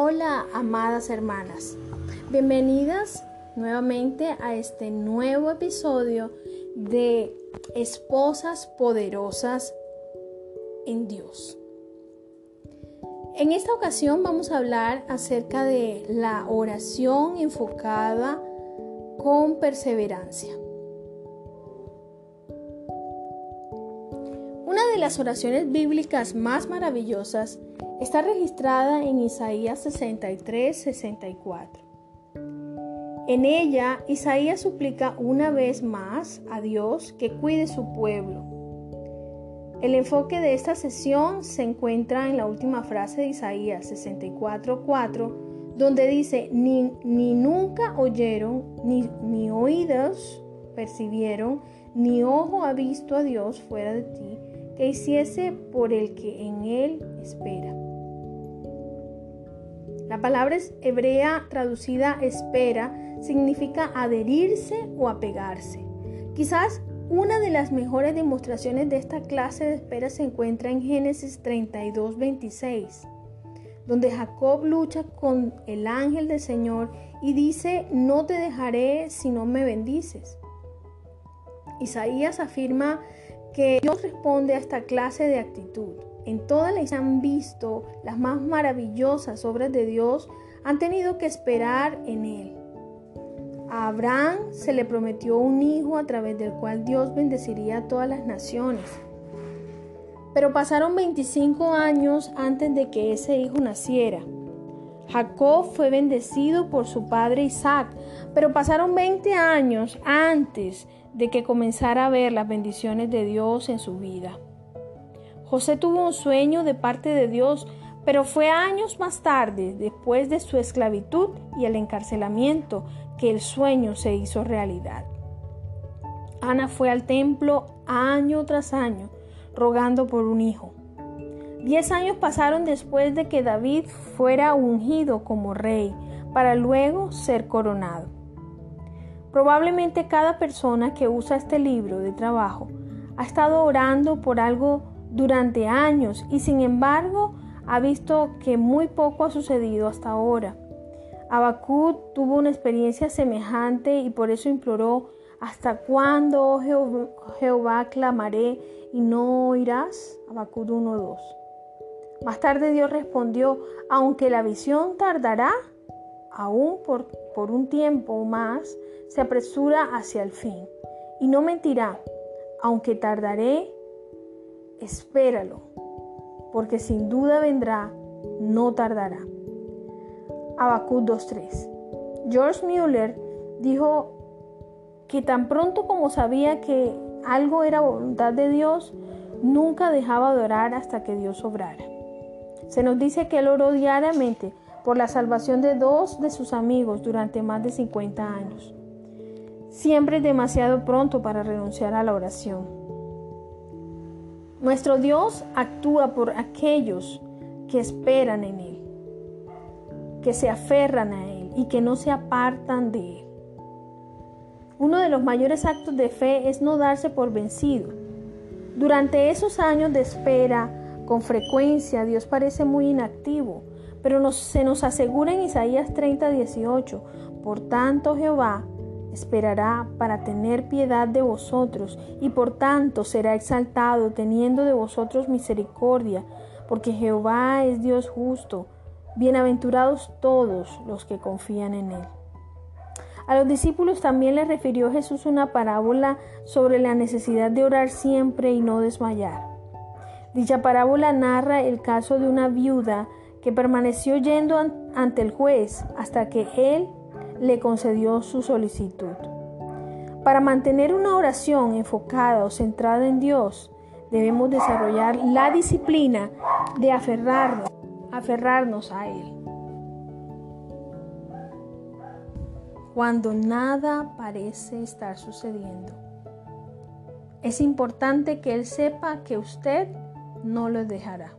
Hola, amadas hermanas. Bienvenidas nuevamente a este nuevo episodio de Esposas Poderosas en Dios. En esta ocasión vamos a hablar acerca de la oración enfocada con perseverancia. Una de las oraciones bíblicas más maravillosas está registrada en Isaías 63-64. En ella, Isaías suplica una vez más a Dios que cuide su pueblo. El enfoque de esta sesión se encuentra en la última frase de Isaías 64:4, donde dice: ni nunca oyeron, ni oídos percibieron, ni ojo ha visto a Dios fuera de ti, que hiciese por el que en él espera. La palabra hebrea traducida espera significa adherirse o apegarse. Quizás una de las mejores demostraciones de esta clase de espera se encuentra en Génesis 32:26, donde Jacob lucha con el ángel del Señor y dice: no te dejaré si no me bendices. Isaías afirma que Dios responde a esta clase de actitud. En toda la historia han visto las más maravillosas obras de Dios, han tenido que esperar en Él. A Abraham se le prometió un hijo a través del cual Dios bendeciría a todas las naciones. Pero pasaron 25 años antes de que ese hijo naciera. Jacob fue bendecido por su padre Isaac, pero pasaron 20 años antes de que comenzara a ver las bendiciones de Dios en su vida. José tuvo un sueño de parte de Dios, pero fue años más tarde, después de su esclavitud y el encarcelamiento, que el sueño se hizo realidad. Ana fue al templo año tras año, rogando por un hijo. 10 años pasaron después de que David fuera ungido como rey, para luego ser coronado. Probablemente cada persona que usa este libro de trabajo ha estado orando por algo durante años y sin embargo ha visto que muy poco ha sucedido hasta ahora. Habacuc tuvo una experiencia semejante y por eso imploró: ¿hasta cuándo, oh Jehová, clamaré y no oirás? Habacuc 1:2. Más tarde Dios respondió: aunque la visión tardará, aún por un tiempo más, se apresura hacia el fin. Y no mentirá: aunque tardaré, espéralo, porque sin duda vendrá, no tardará. Habacuc 2:3. George Mueller dijo que tan pronto como sabía que algo era voluntad de Dios, nunca dejaba de orar hasta que Dios obrara. Se nos dice que él oró diariamente por la salvación de 2 de sus amigos durante más de 50 años. Siempre es demasiado pronto para renunciar a la oración. Nuestro Dios actúa por aquellos que esperan en Él, que se aferran a Él y que no se apartan de Él. Uno de los mayores actos de fe es no darse por vencido. Durante esos años de espera, con frecuencia Dios parece muy inactivo, pero se nos asegura en Isaías 30:18: por tanto Jehová esperará para tener piedad de vosotros, y por tanto será exaltado, teniendo de vosotros misericordia, porque Jehová es Dios justo. Bienaventurados todos los que confían en Él. A los discípulos también les refirió Jesús una parábola sobre la necesidad de orar siempre y no desmayar. Dicha parábola narra el caso de una viuda que permaneció yendo ante el juez hasta que él le concedió su solicitud. Para mantener una oración enfocada o centrada en Dios, debemos desarrollar la disciplina de aferrarnos a Él. Cuando nada parece estar sucediendo, es importante que Él sepa que usted no lo dejará.